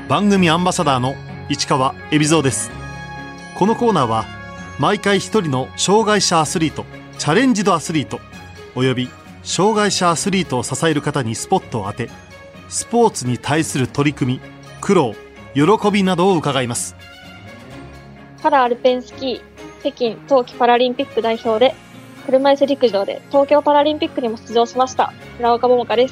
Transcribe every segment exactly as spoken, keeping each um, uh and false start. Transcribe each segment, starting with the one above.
番組アンバサダーの市川海老蔵です。このコーナーは毎回一人の障害者アスリート、チャレンジドアスリートおよび障害者アスリートを支える方にスポットを当て、スポーツに対する取り組み、苦労、喜びなどを伺います。 パラアルペンスキー北京冬季パラリンピック代表で、車椅子陸上で東京パラリンピックにも出場しました村岡桃佳です。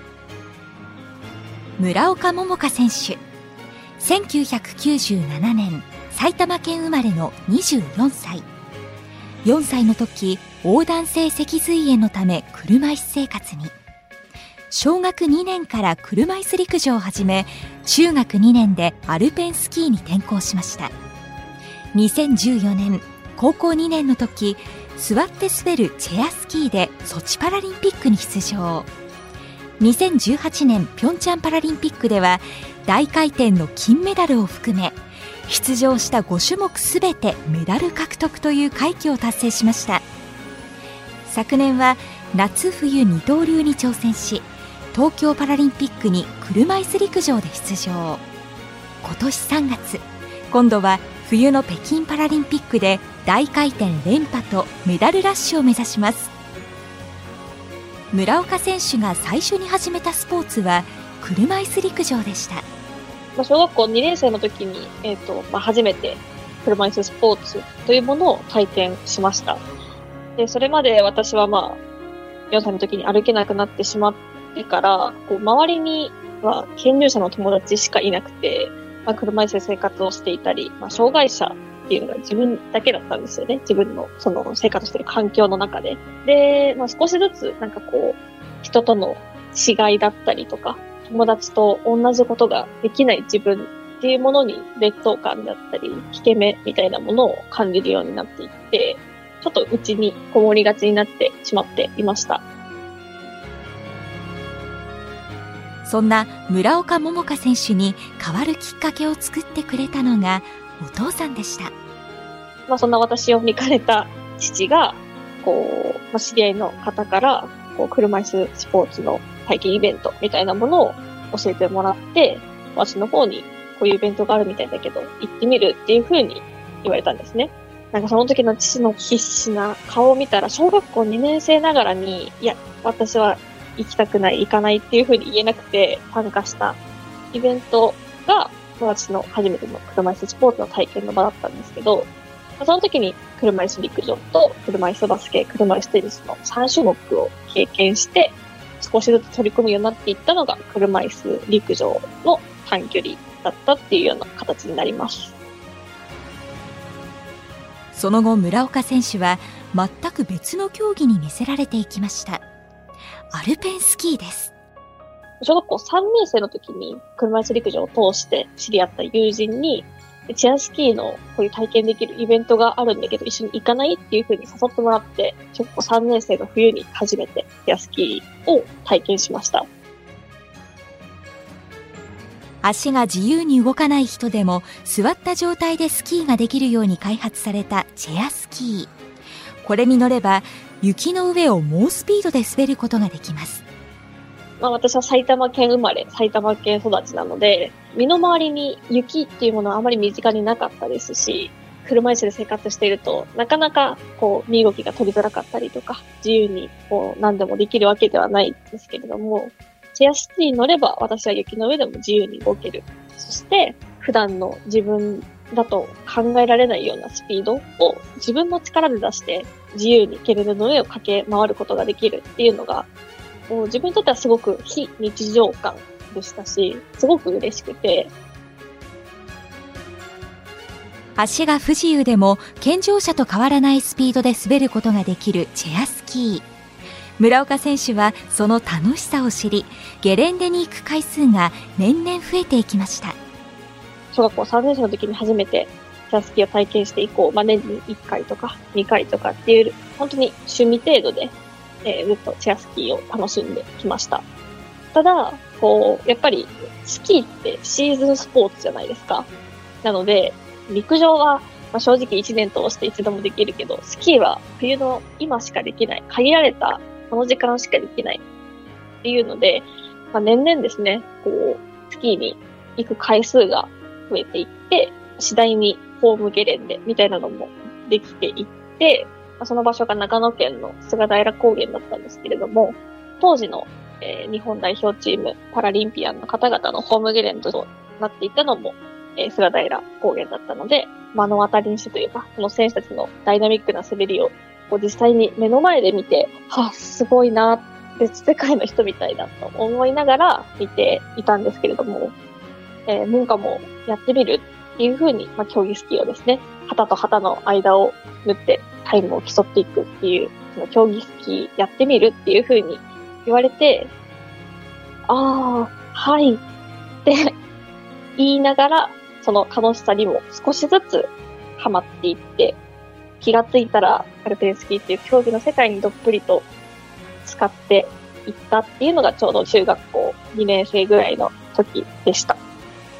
村岡桃佳選手、せんきゅうひゃくきゅうじゅうななねん埼玉県生まれのにじゅうよんさい。よんさいの時、横断性脊髄炎のため車椅子生活に。小学にねんから車椅子陸上を始め、中学にねんでアルペンスキーに転向しました。にせんじゅうよねん、高校にねんの時、座って滑るチェアスキーでソチパラリンピックに出場。にせんじゅうはちねんピョンチャンパラリンピックでは大回転の金メダルを含め、出場したご種目すべてメダル獲得という快挙を達成しました。昨年は夏冬二刀流に挑戦し、東京パラリンピックに車椅子陸上で出場。今年さんがつ、今度は冬の北京パラリンピックで大回転連覇とメダルラッシュを目指します。村岡選手が最初に始めたスポーツは車椅子陸上でした。 小学校にねん生の時に、えーとまあ、初めて車椅子スポーツというものを体験しました。でそれまで私は、まあ、よんさいの時に歩けなくなってしまってから、こう周りには健常者の友達しかいなくて、まあ、車椅子で生活をしていたり、まあ、障害者っていうのが自分だけだったんですよね。自分のその生活している環境の中で。で、まあ、少しずつなんかこう、人との違いだったりとか、友達と同じことができない自分っていうものに劣等感だったり、引け目みたいなものを感じるようになっていって、ちょっと内にこもりがちになってしまっていました。 そんな村岡桃佳選手に変わるきっかけを作ってくれたのがお父さんでした。 まあそんな私を見かねた父が、こう、まあ、知り合いの方から、こう、車椅子スポーツの体験イベントみたいなものを教えてもらって、私の方にこういうイベントがあるみたいだけど、行ってみるっていう風に言われたんですね。なんかその時の父の必死な顔を見たら、小学校にねん生ながらに、いや、私は行きたくない、行かないっていう風に言えなくて参加したイベントが、私の初めての車椅子スポーツの体験の場だったんですけど、その時に車椅子陸上と車椅子バスケ、車椅子テニスのさん種目を経験して、少しずつ取り組むようになっていったのが車椅子陸上の短距離だったっていうような形になります。 その後、村岡選手は全く別の競技に魅せられていきました。アルペンスキーです。 小学校さんねん生の時に車椅子陸上を通して知り合った友人に、チェアスキーのこういう体験できるイベントがあるんだけど一緒に行かないっていう風に誘ってもらって、小学校さんねん生の冬に初めてチェアスキーを体験しました。 足が自由に動かない人でも座った状態でスキーができるように開発されたチェアスキー。これに乗れば雪の上を猛スピードで滑ることができます。 まあ私は埼玉県生まれ、埼玉県育ちなので、身の回りに雪っていうものはあまり身近になかったですし、車椅子で生活していると、なかなかこう身動きが取りづらかったりとか、自由にこう何でもできるわけではないんですけれども、チェアスキーに乗れば私は雪の上でも自由に動ける。そして普段の自分だと考えられないようなスピードを自分の力で出して自由にゲレンデの上を駆け回ることができるっていうのが、もう自分にとってはすごく非日常感でしたし、すごく嬉しくて。 足が不自由でも健常者と変わらないスピードで滑ることができるチェアスキー。村岡選手はその楽しさを知り、ゲレンデに行く回数が年々増えていきました。 小学校さんねん生の時に初めてチェアスキーを体験して以降、まあ、年にいっかいとかにかいとかっていう本当に趣味程度で、えー、ずっとチェアスキーを楽しんできました。ただ、こう、やっぱりスキーってシーズンスポーツじゃないですか。なので、陸上は、まあ、正直いちねん通して一度もできるけど、スキーは冬の今しかできない、限られたこの時間しかできないっていうので、まあ、年々ですね、こう、スキーに行く回数が増えていって、次第にホームゲレンデみたいなのもできていって、その場所が長野県の菅平高原だったんですけれども、当時の、えー、日本代表チームパラリンピアンの方々のホームゲレンデとなっていたのも、えー、菅平高原だったので、目の当たりにしてというか、その選手たちのダイナミックな滑りをこう実際に目の前で見て、はあ、すごいな、別世界の人みたいだと思いながら見ていたんですけれども、えー、文化もやってみるっていう風に、まあ、競技スキーをですね、旗と旗の間を縫ってタイムを競っていくっていう、その競技スキーやってみるっていう風に言われて、ああ、はいって言いながら、その楽しさにも少しずつハマっていって、気がついたらアルペンスキーっていう競技の世界にどっぷりと使っていったっていうのがちょうど中学校にねん生ぐらいの時でした。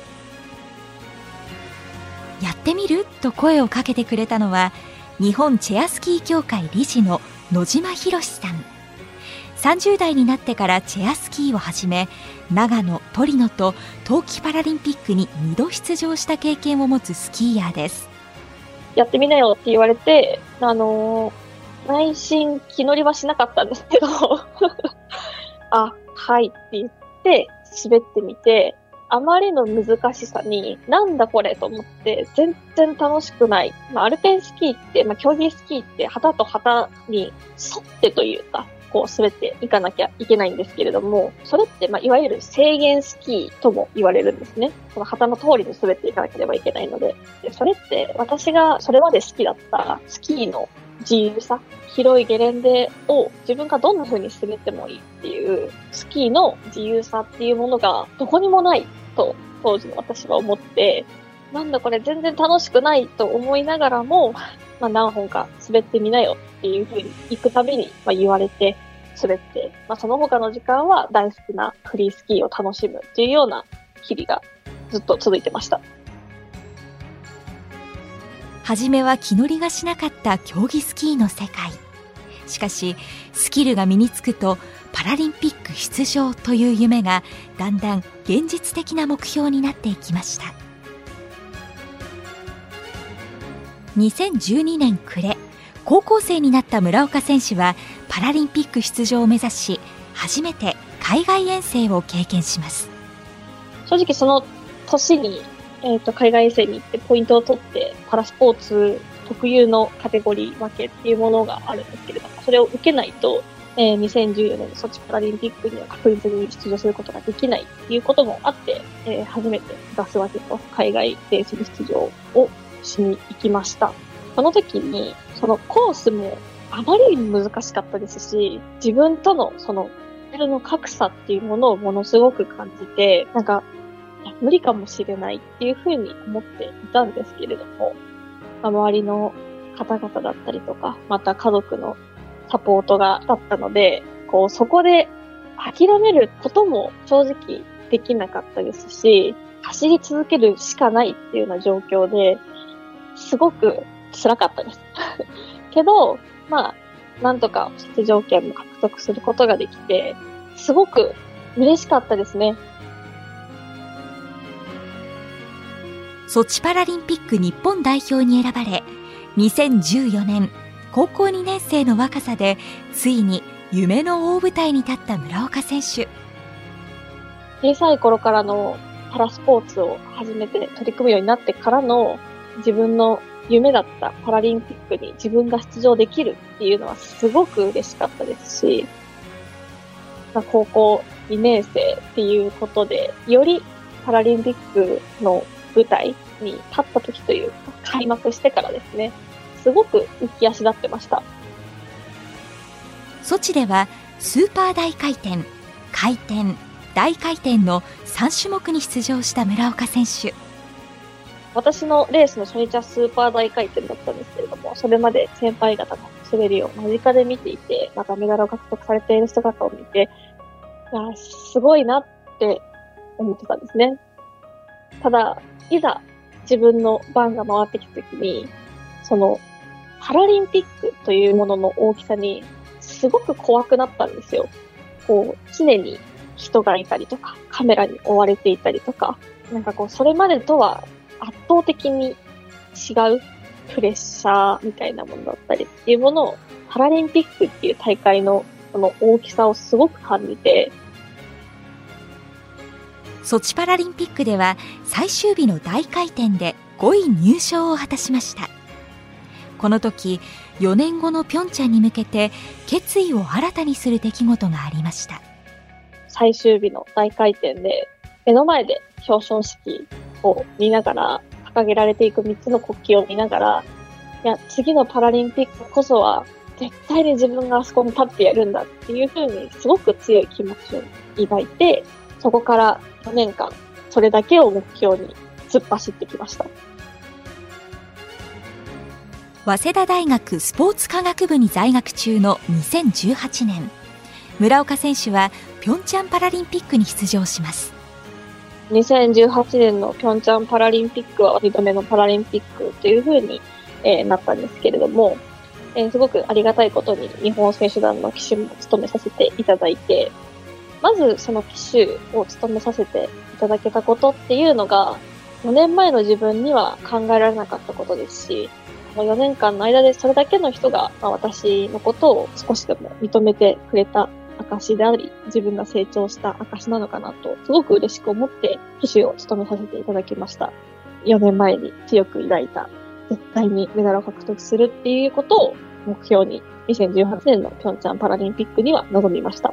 やってみると声をかけてくれたのは日本チェアスキー協会理事の野島博さん。さんじゅう代になってからチェアスキーを始め、長野、トリノと冬季パラリンピックににど出場した経験を持つスキーヤーです。 やってみなよって言われて、あのー、内心気乗りはしなかったんですけどあ、はいって言って滑ってみて、あまりの難しさになんだこれと思って全然楽しくない。まあ、アルペンスキーって、まあ、競技スキーって旗と旗に沿ってというか、こう滑っていかなきゃいけないんですけれども、それって、まあ、いわゆる制限スキーとも言われるんですね。その旗の通りに滑っていかなければいけないので。で、それって私がそれまで好きだったスキーの自由さ、広いゲレンデを自分がどんな風に滑ってもいいっていうスキーの自由さっていうものがどこにもないと当時の私は思って、なんだこれ全然楽しくないと思いながらも、まあ、何本か滑ってみなよっていう風に行くたびにまあ言われて滑って、まあ、その他の時間は大好きなフリースキーを楽しむっていうような日々がずっと続いてました。 初めは気乗りがしなかった競技スキーの世界。しかしスキルが身につくとパラリンピック出場という夢がだんだん現実的な目標になっていきました。にせんじゅうにねん暮れ、高校生になった村岡選手はパラリンピック出場を目指し、初めて海外遠征を経験します。 正直その年に、えーと、海外遠征に行ってポイントを取ってパラスポーツ特有のカテゴリー分けっていうものがあるんですけれども、それを受けないと、えー、にせんじゅうよねんのソチパラリンピックには確実に出場することができないっていうこともあって、えー、初めて出すわけと海外レースに出場をしに行きました。その時にそのコースもあまりに難しかったですし、自分とのそのレベルの格差っていうものをものすごく感じて、なんか無理かもしれないっていうふうに思っていたんですけれども、周りの方々だったりとか、また家族のサポートがあったので、こうそこで諦めることも正直できなかったですし、走り続けるしかないっていうような状況で、すごく辛かったです。けど、まあ、なんとか出場権も獲得することができて、すごく嬉しかったですね。 ソチパラリンピック日本代表に選ばれ、にせんじゅうよねん、高校にねん生の若さで、ついに夢の大舞台に立った村岡選手。 小さい頃からのパラスポーツを始めて取り組むようになってからの自分の夢だったパラリンピックに自分が出場できるっていうのはすごく嬉しかったですし、まあ、高校にねん生っていうことで、よりパラリンピックの舞台に立った時というか、開幕してからですね、すごく浮き足立ってました。 ソチではスーパー大回転、回転、大回転のさん種目に出場した村岡選手。 私のレースの初日はスーパー大回転だったんですけれども、それまで先輩方の滑りを間近で見ていて、またメダルを獲得されている姿を見て、いや、すごいなって思ってたんですね。ただ、いざ自分の番が回ってきた時に、そのパラリンピックというものの大きさにすごく怖くなったんですよ。こう、常に人がいたりとか、カメラに追われていたりとか、なんかこう、それまでとは圧倒的に違うプレッシャーみたいなものだったりっていうものを、パラリンピックっていう大会のその大きさをすごく感じて、 ソチパラリンピックでは最終日の大回転でごい入賞を果たしました。この時、よねんごのピョンチャンに向けて決意を新たにする出来事がありました。 最終日の大回転で目の前で表彰式を見ながら、掲げられていくみっつの国旗を見ながら、いや、次のパラリンピックこそは絶対に自分があそこに立ってやるんだっていうふうにすごく強い気持ちを抱いて、そこからよねんかんそれだけを目標に突っ走ってきました。 早稲田大学スポーツ科学部に在学中のにせんじゅうはちねん、村岡選手はピョンチャンパラリンピックに出場します。 にせんじゅうはちねんのピョンチャンパラリンピックはにどめのパラリンピックというふうに、えー、なったんですけれども、えー、すごくありがたいことに日本選手団の旗手も務めさせていただいて、まずその旗手を務めさせていただけたことっていうのが、よねんまえの自分には考えられなかったことですし、このよねんかんの間でそれだけの人が、まあ、私のことを少しでも認めてくれた証であり、自分が成長した証なのかなと、すごく嬉しく思って旗手を務めさせていただきました。よねんまえに強く抱いた、絶対にメダルを獲得するっていうことを目標に、にせんじゅうはちねんのピョンチャンパラリンピックには臨みました。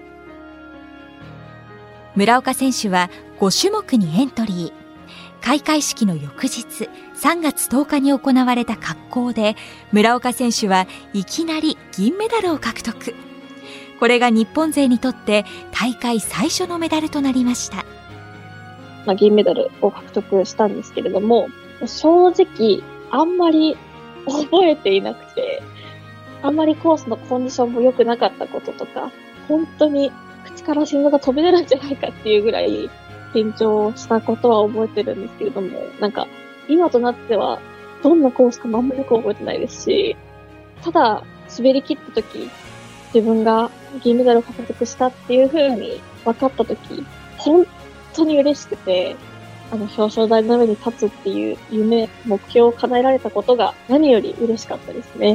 村岡選手はごしゅもくにエントリー。開会式の翌日、さんがつとおかに行われた滑降で、村岡選手はいきなり銀メダルを獲得。これが日本勢にとって大会最初のメダルとなりました。 まあ、銀メダルを獲得したんですけれども、正直あんまり覚えていなくて、あんまりコースのコンディションも良くなかったこととか、本当に口から心臓が飛び出るんじゃないかっていうぐらい緊張したことは覚えてるんですけれども、なんか今となってはどんなコースかもあんまりよく覚えてないですし、ただ滑り切った時、自分が銀メダルを獲得したっていう風に分かった時、本当に嬉しくて、あの表彰台の上に立つっていう夢、目標を叶えられたことが何より嬉しかったですね。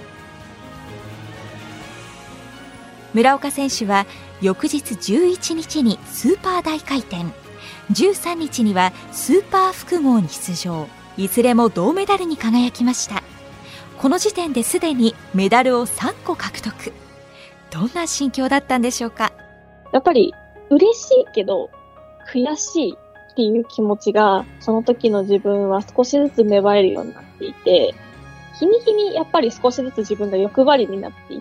村岡選手は翌日じゅういちにちにスーパー大回転、じゅうさんにちにはスーパー複合に出場、いずれも銅メダルに輝きました。この時点ですでにメダルをさんこ獲得。どんな心境だったんでしょうか。 やっぱり嬉しいけど悔しいっていう気持ちが、その時の自分は少しずつ芽生えるようになっていて、日に日にやっぱり少しずつ自分が欲張りになっていって、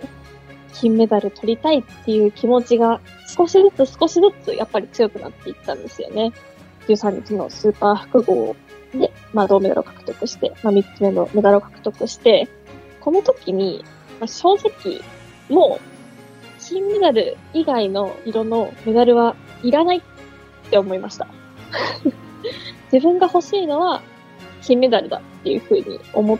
金メダル取りたいっていう気持ちが少しずつ少しずつやっぱり強くなっていったんですよね。じゅうさんにちのスーパー複合で、まあ銅メダルを獲得して、まあみっつめのメダルを獲得して、この時に、まあ、正直もう金メダル以外の色のメダルはいらないって思いました。自分が欲しいのは金メダルだっていうふうに思って、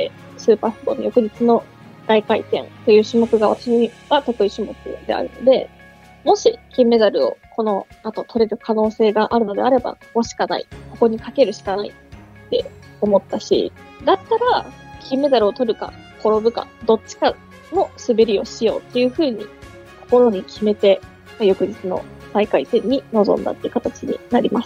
スーパー複合の翌日の大回転という種目が私には得意種目であるので、もし金メダルをこの後取れる可能性があるのであれば、ここしかない。ここにかけるしかないって思ったし、だったら金メダルを取るか転ぶかどっちかの滑りをしようっていうふうに心に決めて、翌日の大回転に臨んだっていう形になります。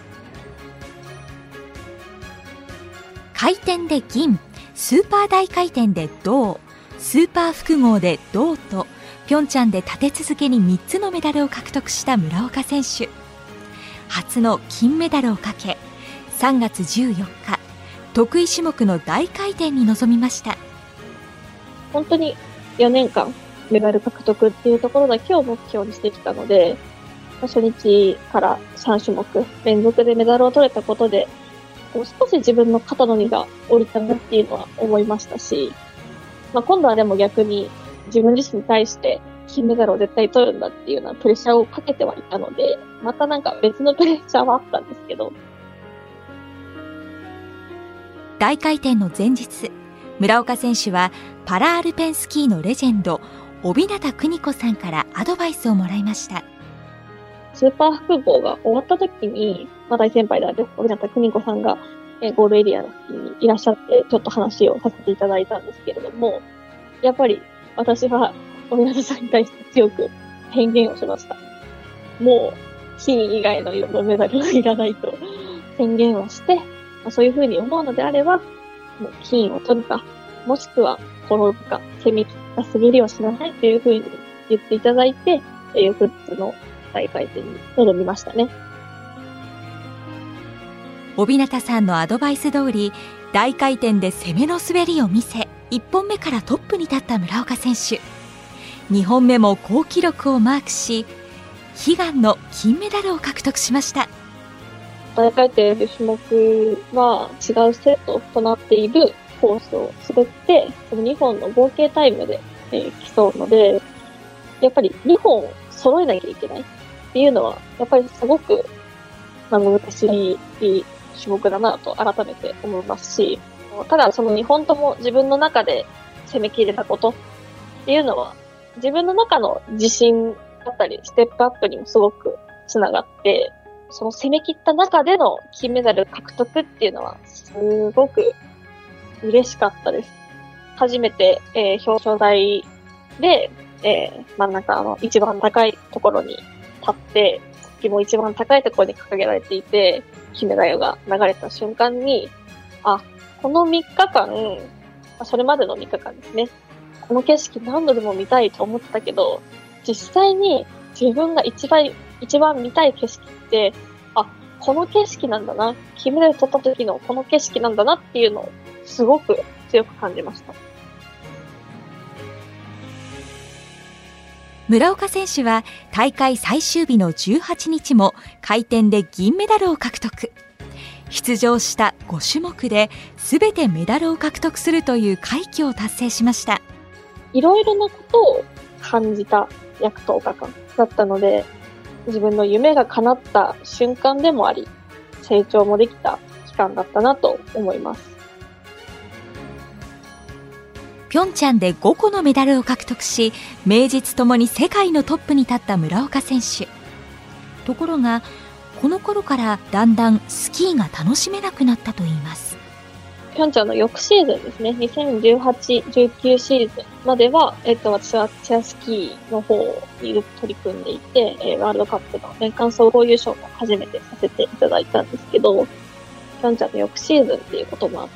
回転で銀、スーパー大回転で銅、スーパー複合で銅と、ピョンチャンで立て続けにみっつのメダルを獲得した村岡選手。初の金メダルをかけ、さんがつじゅうよっか、得意種目の大回転に臨みました。 本当によねんかんメダル獲得っていうところだけを目標にしてきたので、初日からさんしゅもく連続でメダルを取れたことで、少し自分の肩の荷が下りたなっていうのは思いましたし、まあ、今度はでも逆に自分自身に対して金メダルを絶対取るんだっていうようなプレッシャーをかけてはいたので、またなんか別のプレッシャーはあったんですけど。 大回転の前日、村岡選手はパラアルペンスキーのレジェンド、 帯名邦子さんからアドバイスをもらいました。 スーパー複合が終わった時に、まあ、大先輩である帯名邦子さんが、えー、ゴールエリアの付近にいらっしゃって、ちょっと話をさせていただいたんですけれども、やっぱり私は帯名さんに対して強く宣言をしました。もう、金以外の色のメダルはいらないと宣言をして、まあ、そういうふうに思うのであれば、もう金を取るか、もしくは転ぶか、攻め切った滑りをしなさいというふうに言っていただいて、翌日の大回転に臨みましたね。 帯名さんのアドバイス通り、大回転で攻めの滑りを見せ、いっぽんめからトップに立った村岡選手。にほんめも好記録をマークし、悲願の金メダルを獲得しました。 大回転という種目は違うセットとなっているコースを滑って、そのにほんの合計タイムで、えー、競うので、やっぱりにほん揃えなきゃいけないっていうのは、やっぱりすごく、まあ、難しい種目だなと改めて思いますし、ただそのにほんとも自分の中で攻め切れたことっていうのは、自分の中の自信だったり、ステップアップにもすごくつながって、その攻め切った中での金メダル獲得っていうのは、すごく嬉しかったです。初めて、えー、表彰台で、えー、真ん中の一番高いところに立って、国旗も一番高いところに掲げられていて、金メダルが流れた瞬間に、あ、このみっかかん、それまでのみっかかんですね。この景色何度でも見たいと思ってたけど、実際に自分が一番、一番見たい景色って、あ、この景色なんだな、金メダル取った時のこの景色なんだなっていうのをすごく強く感じました。 村岡選手は大会最終日のじゅうはちにちも回転で銀メダルを獲得。出場したごしゅもくで全てメダルを獲得するという快挙を達成しました。 いろいろなことを感じた約とおかかんだったので、自分の夢が叶った瞬間でもあり、成長もできた期間だったなと思います。 ピョンチャンでごこのメダルを獲得し、名実ともに世界のトップに立った村岡選手。ところが、この頃からだんだんスキーが楽しめなくなったといいます。 ピョンチャンの翌シーズンですね、にせんじゅうはち、じゅうきゅうシーズンまでは、えっと、私はチェアスキーの方に取り組んでいて、えー、ワールドカップの年間総合優勝も初めてさせていただいたんですけど、ピョンチャンの翌シーズンっていうこともあって、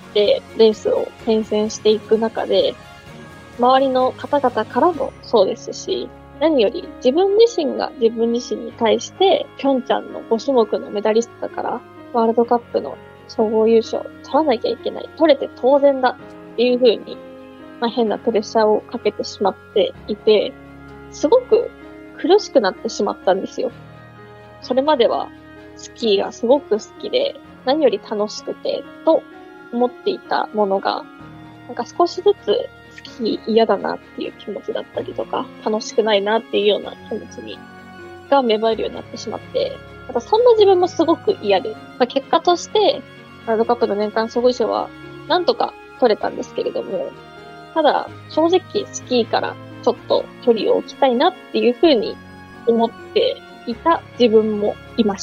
レースを転戦していく中で、周りの方々からもそうですし、何より自分自身が自分自身に対して、ピョンチャンのごしゅもくのメダリストだから、ワールドカップの総合優勝取らなきゃいけない。取れて当然だっていう風に、まあ、変なプレッシャーをかけてしまっていて、すごく苦しくなってしまったんですよ。それまではスキーがすごく好きで、何より楽しくてと思っていたものが、なんか少しずつスキー嫌だなっていう気持ちだったりとか、楽しくないなっていうような気持ちにが芽生えるようになってしまって、またそんな自分もすごく嫌で、まあ、結果としてワールドカップの年間総合優勝はなんとか取れたんですけれども、ただ正直スキーからちょっと距離を置きたいなっていうふうに思っていた自分もいました。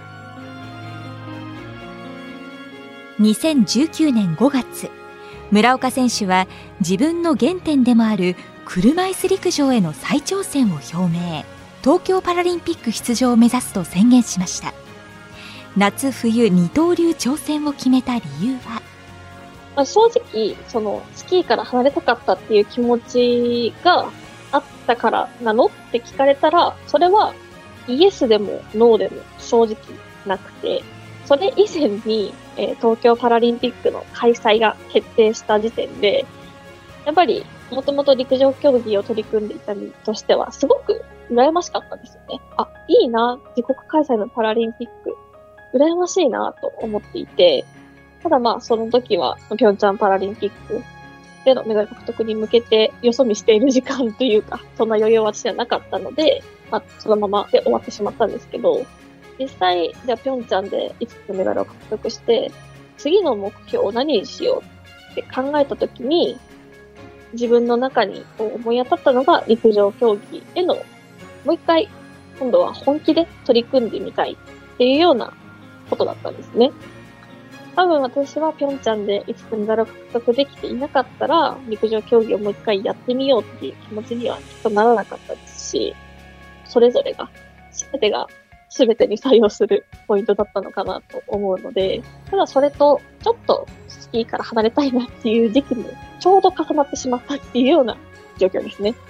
にせんじゅうきゅうねんごがつ、村岡選手は自分の原点でもある車椅子陸上への再挑戦を表明。東京パラリンピック出場を目指すと宣言しました。夏冬二刀流挑戦を決めた理由は、 まあ、正直そのスキーから離れたかったっていう気持ちがあったからなのって聞かれたら、それはイエスでもノーでも正直なくて、それ以前に、えー、東京パラリンピックの開催が決定した時点で、やっぱりもともと陸上競技を取り組んでいた身としてはすごく羨ましかったんですよね。あ、いいな、自国開催のパラリンピック、羨ましいなと思っていて、ただまあその時はピョンチャンパラリンピックでのメダル獲得に向けてよそ見している時間というか、そんな余裕は私はなかったので、まあそのままで終わってしまったんですけど、実際じゃあピョンチャンでいつつメダルを獲得して、次の目標を何にしようって考えた時に、 自分の中にこう思い当たったのが陸上競技へのもう一回今度は本気で取り組んでみたいっていうようなことだったんですね。多分私はピョンチャンでいつつメダルを獲得できていなかったら陸上競技をもう一回やってみようっていう気持ちにはきっとならなかったですし、それぞれが全てが全てに作用するポイントだったのかなと思うので、ただそれとちょっとスキーから離れたいなっていう時期もちょうど重なってしまったっていうような状況ですね。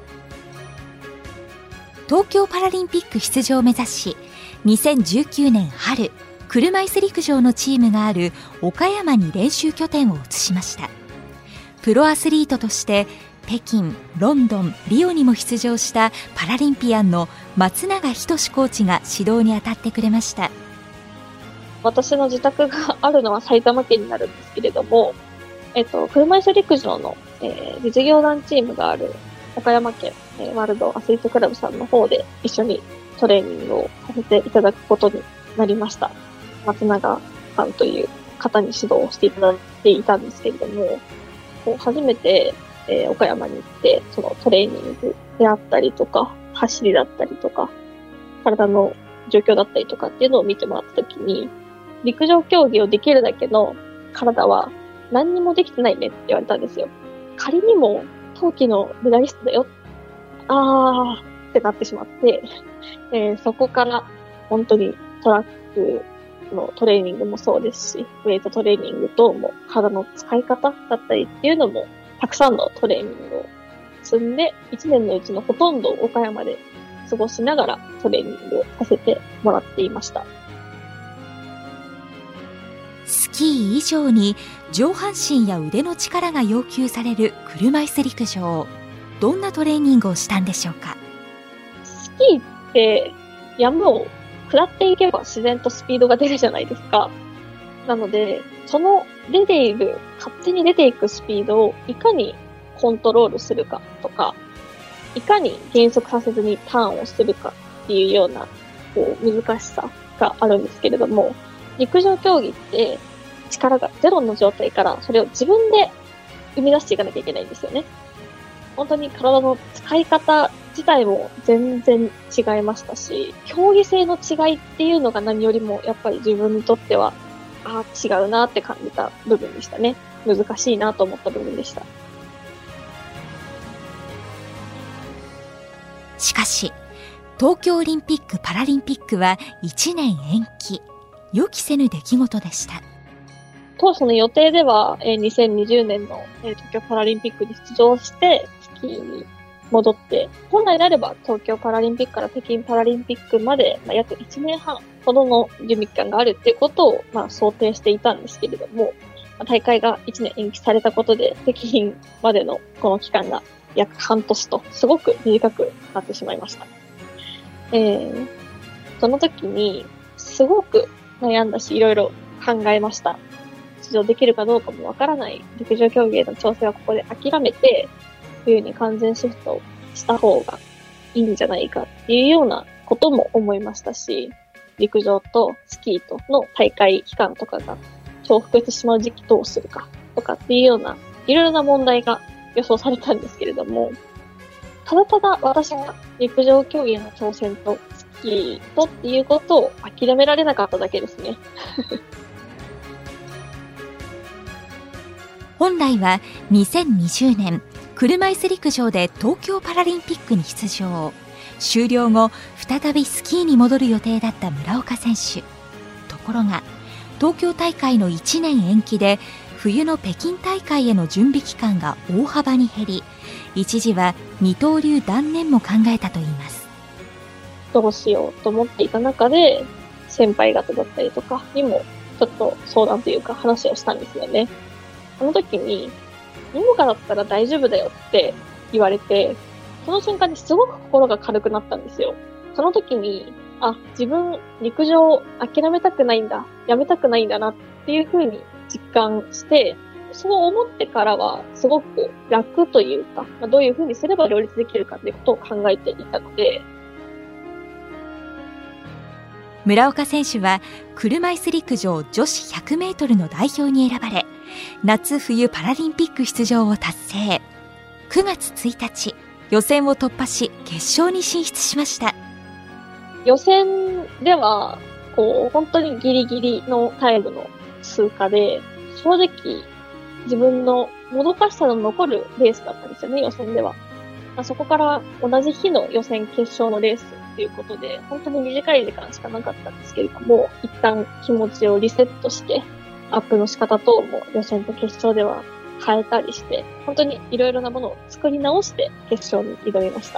東京パラリンピック出場を目指し、にせんじゅうきゅうねん春、車椅子陸上のチームがある岡山に練習拠点を移しました。プロアスリートとして北京、ロンドン、リオにも出場したパラリンピアンの松永仁コーチが指導に当たってくれました。 私の自宅があるのは埼玉県になるんですけれども、えっと、車椅子陸上の、えー、実業団チームがある岡山県、えー、ワールドアスリートクラブさんの方で一緒にトレーニングをさせていただくことになりました。松永さんという方に指導をしていただいていたんですけれども、こう初めて、えー、岡山に行って、そのトレーニングであったりとか、走りだったりとか、体の状況だったりとかっていうのを見てもらったときに、陸上競技をできるだけの体は何にもできてないねって言われたんですよ。仮にも冬季のメダリストだよ。あーってなってしまって、えー、そこから本当にトラックのトレーニングもそうですし、ウェイトトレーニング等も体の使い方だったりっていうのもたくさんのトレーニングを積んで、いちねんのうちのほとんどを岡山で過ごしながらトレーニングをさせてもらっていました。 スキー以上に上半身や腕の力が要求される車椅子陸上。どんなトレーニングをしたんでしょうか。 スキーって山を下っていけば自然とスピードが出るじゃないですか。なので、その出ている、勝手に出ていくスピードをいかにコントロールするかとか、いかに減速させずにターンをするかっていうようなこう難しさがあるんですけれども、陸上競技って力がゼロの状態からそれを自分で生み出していかなきゃいけないんですよね。本当に体の使い方自体も全然違いましたし、競技性の違いっていうのが何よりもやっぱり自分にとっては、ああ、違うなって感じた部分でしたね。難しいなと思った部分でした。 しかし、東京オリンピック・パラリンピックはいちねん延期。予期せぬ出来事でした。 当初の予定では、えー、にせんにじゅうねんの、えー、東京パラリンピックに出場してスキーに戻って、本来であれば東京パラリンピックから北京パラリンピックまで、まあ、約いちねんはんほどの準備期間があるっていうことを、まあ、想定していたんですけれども、まあ、大会がいちねん延期されたことで北京までのこの期間が約半年とすごく短くなってしまいました。えー、その時にすごく悩んだし、いろいろ考えました。出場できるかどうかもわからない陸上競技への調整はここで諦めて、冬に完全シフトした方がいいんじゃないかっていうようなことも思いましたし、陸上とスキーとの大会期間とかが重複してしまう時期どうするかとかっていうようないろいろな問題が予想されたんですけれども、ただただ私が陸上競技への挑戦とスキーとっていうことを諦められなかっただけですね。 本来はにせんにじゅうねん車椅子陸上で東京パラリンピックに出場。終了後再びスキーに戻る予定だった村岡選手。ところが東京大会のいちねん延期で冬の北京大会への準備期間が大幅に減り、一時は二刀流断念も考えたといいます。 どうしようと思っていた中で、先輩方だったりとかにもちょっと相談というか話をしたんですよね。その時に、今からだったら大丈夫だよって言われて、その瞬間にすごく心が軽くなったんですよ。その時に、あ、自分陸上を諦めたくないんだ、やめたくないんだなっていう風に実感して、そう思ってからはすごく楽というか、どういう風にすれば両立できるかということを考えていたので、 村岡選手は車椅子陸上女子ひゃくメートルの代表に選ばれ、夏冬パラリンピック出場を達成。 くがつついたち、予選を突破し決勝に進出しました。 予選ではこう本当にギリギリのタイムの通過で、正直自分のもどかしさの残るレースだったんですよね、予選では。まあ、そこから同じ日の予選決勝のレースということで、本当に短い時間しかなかったんですけれども、一旦気持ちをリセットして、アップの仕方等も予選と決勝では変えたりして、本当にいろいろなものを作り直して決勝に挑みました。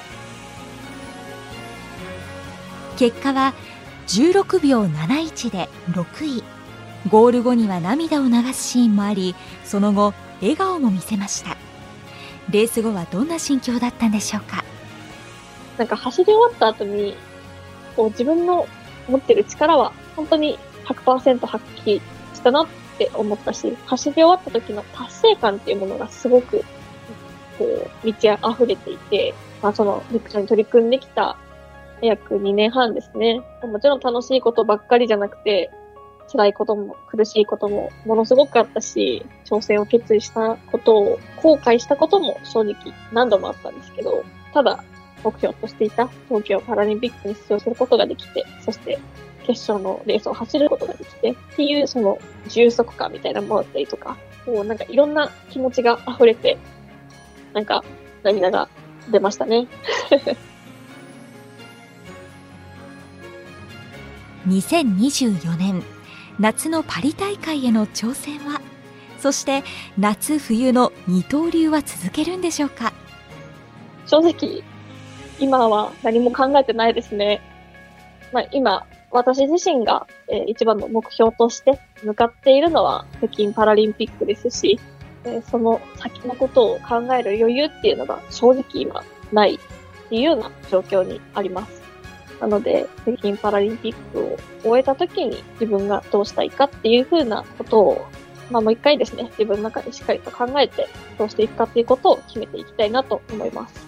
結果はじゅうろくびょうなないちでろくい。ゴール後には涙を流すシーンもあり、その後笑顔も見せました。レース後はどんな心境だったんでしょうか。 なんか走り終わった後に、こう自分の持ってる力は本当に ひゃくパーセント 発揮したなって思ったし、走り終わった時の達成感っていうものがすごくこう満ち溢れていて、まあその陸上に取り組んできた約にねんはんですね。もちろん楽しいことばっかりじゃなくて、辛いことも苦しいこともものすごくあったし、挑戦を決意したことを後悔したことも正直何度もあったんですけど、ただ目標としていた東京パラリンピックに出場することができて、そして決勝のレースを走ることができてっていうその充足感みたいなものだったりとか、もうなんかいろんな気持ちが溢れて、なんか涙が出ましたね。 にせんにじゅうよねん夏のパリ大会への挑戦は、そして夏冬の二刀流は続けるんでしょうか。 正直今は何も考えてないですね。まあ、今私自身が、えー、一番の目標として向かっているのは北京パラリンピックですし、えー、その先のことを考える余裕っていうのが正直今ないっていうような状況にあります。なので、北京パラリンピックを終えた時に自分がどうしたいかっていうふうなことを、まあもう一回ですね、自分の中でしっかりと考えてどうしていくかっていうことを決めていきたいなと思います。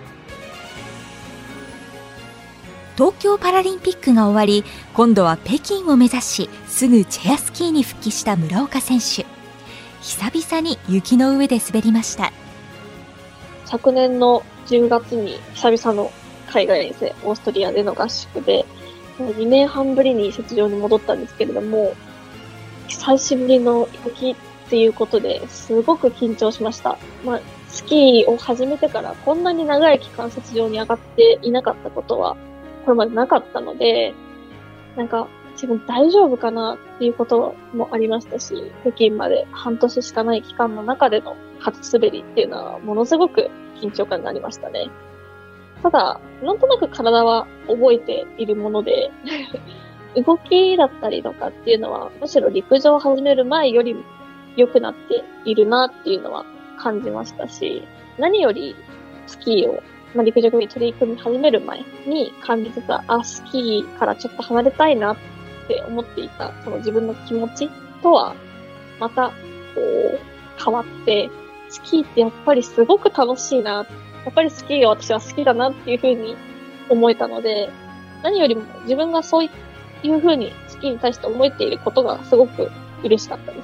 東京パラリンピックが終わり、今度は北京を目指し、すぐチェアスキーに復帰した村岡選手。久々に雪の上で滑りました。 昨年のじゅうがつに久々の海外遠征、オーストリアでの合宿で、にねんはんぶりに雪上に戻ったんですけれども、久しぶりの雪っていうことですごく緊張しました。まあ、スキーを始めてからこんなに長い期間雪上に上がっていなかったことはこれまでなかったので、なんか自分大丈夫かなっていうこともありましたし、北京まで半年しかない期間の中での初滑りっていうのはものすごく緊張感になりましたね。ただ、なんとなく体は覚えているもので、動きだったりとかっていうのは、むしろ陸上を始める前よりも良くなっているなっていうのは感じましたし、何よりスキーを、まあ、陸上に取り組み始める前に感じてた、あ、スキーからちょっと離れたいなって思っていた、その自分の気持ちとは、また、こう、変わって、スキーってやっぱりすごく楽しいな、やっぱりスキーが私は好きだなっていうふうに思えたので、何よりも自分がそういうふうにスキーに対して思えていることがすごく嬉しかったです。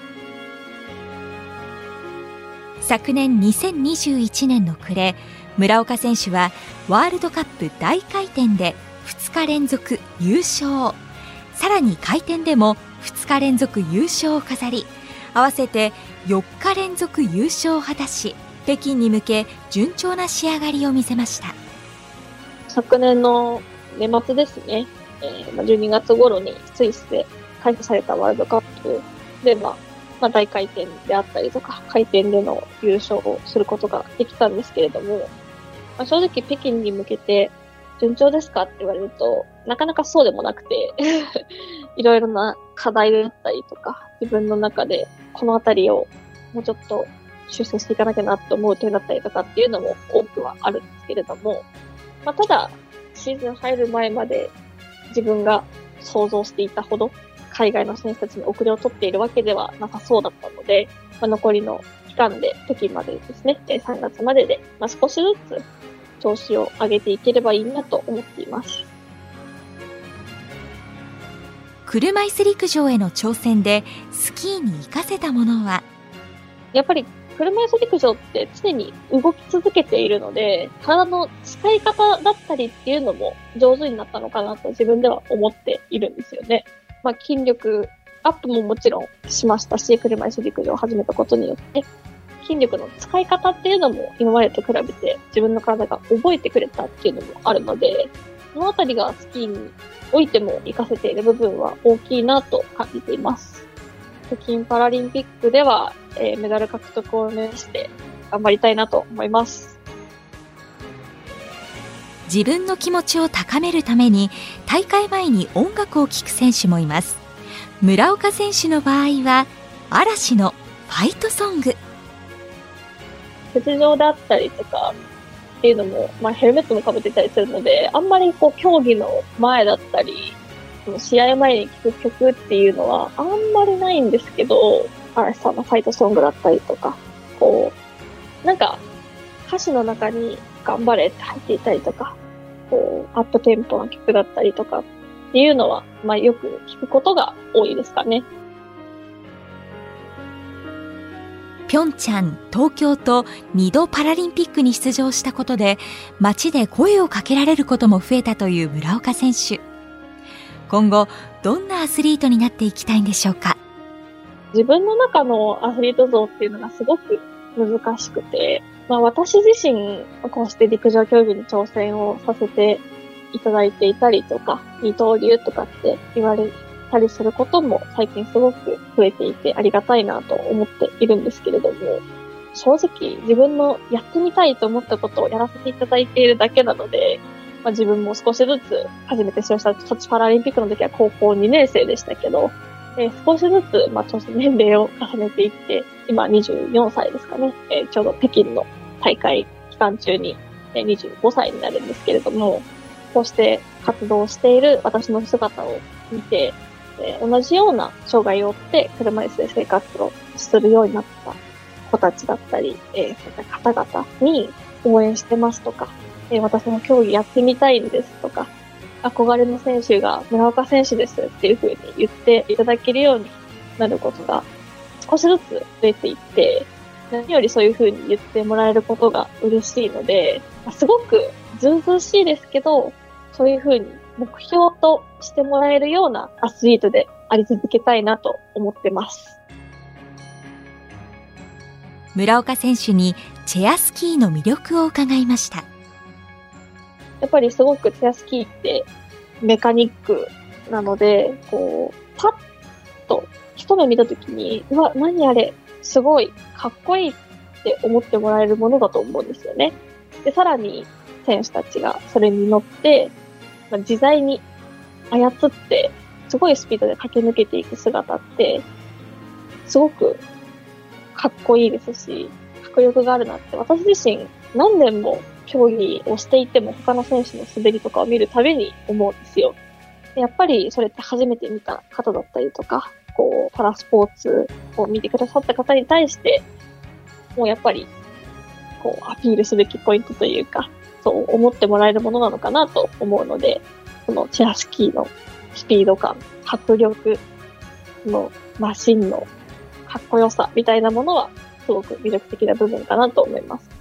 昨年にせんにじゅういちねんの暮れ、村岡選手はワールドカップ大回転でふつか連続優勝、さらに回転でもふつか連続優勝を飾り、合わせてよっか連続優勝を果たし、北京に向け順調な仕上がりを見せました。 昨年の年末ですね、えー、じゅうにがつ頃にスイスで開催されたワールドカップで、まあ、まあ、大回転であったりとか、回転での優勝をすることができたんですけれども、まあ、正直北京に向けて順調ですかって言われると、なかなかそうでもなくて、いろいろな課題だったりとか、自分の中でこのあたりをもうちょっと修正していかなきゃなって思う点だったりとかっていうのも多くはあるんですけれども、まあ、ただ、シーズン入る前まで自分が想像していたほど海外の選手たちに遅れを取っているわけではなさそうだったので、まあ、残りの期間で北京までですね、さんがつまでで、まあ、少しずつ調子を上げていければいいなと思っています。 車椅子陸上への挑戦でスキーに活かせたものは、 やっぱり車椅子陸上って常に動き続けているので、体の使い方だったりっていうのも上手になったのかなと自分では思っているんですよね。まあ、筋力アップももちろんしましたし、車椅子陸上を始めたことによって、筋力の使い方っていうのも今までと比べて自分の体が覚えてくれたっていうのもあるので、そのあたりがスキーにおいても活かせている部分は大きいなと感じています。北京パラリンピックでは、えー、メダル獲得を目指して頑張りたいなと思います。 自分の気持ちを高めるために大会前に音楽を聴く選手もいます。村岡選手の場合は嵐のファイトソング。 雪上であったりとかっていうのも、まあ、ヘルメットも被ってたりするので、あんまりこう競技の前だったり試合前に聴く曲っていうのはあんまりないんですけど、嵐さんのファイトソングだったりとか、こうなんか歌詞の中に頑張れって入っていたりとか、こうアップテンポな曲だったりとかっていうのは、まあ、よく聞くことが多いですかね。 平昌、東京とにどパラリンピックに出場したことで街で声をかけられることも増えたという村岡選手。今後どんなアスリートになっていきたいんでしょうか。 自分の中のアスリート像っていうのがすごく難しくて、まあ、私自身こうして陸上競技に挑戦をさせていただいていたりとか、二刀流とかって言われたりすることも最近すごく増えていてありがたいなと思っているんですけれども、正直自分のやってみたいと思ったことをやらせていただいているだけなので、まあ、自分も少しずつ初めて出場したソチパラリンピックの時は高校にねん生でしたけど、えー、少しずつ、まあ、挑戦年齢を重ねていって、今にじゅうよんさいですかね、えー、ちょうど北京の大会期間中に、えー、にじゅうごさいになるんですけれども、こうして活動している私の姿を見て、えー、同じような障害を負って車椅子で生活をするようになった子たちだったり、えー、そういった方々に応援してますとか、私も競技やってみたいんですとか、憧れの選手が村岡選手ですっていう風に言っていただけるようになることが少しずつ増えていって、何よりそういう風に言ってもらえることが嬉しいので、すごくずうずうしいですけど、そういう風に目標としてもらえるようなアスリートであり続けたいなと思ってます。 村岡選手にチェアスキーの魅力を伺いました。 やっぱりすごくチェアスキーってメカニックなので、こう、パッと一目見たときに、うわ、何あれ、すごいかっこいいって思ってもらえるものだと思うんですよね。で、さらに選手たちがそれに乗って、まあ、自在に操って、すごいスピードで駆け抜けていく姿って、すごくかっこいいですし、迫力があるなって私自身何年も競技をしていても他の選手の滑りとかを見るたびに思うんですよ。やっぱりそれって初めて見た方だったりとか、こうパラスポーツを見てくださった方に対して、もうやっぱりこうアピールすべきポイントというか、そう思ってもらえるものなのかなと思うので、このチェアスキーのスピード感、迫力のマシンのかっこよさみたいなものはすごく魅力的な部分かなと思います。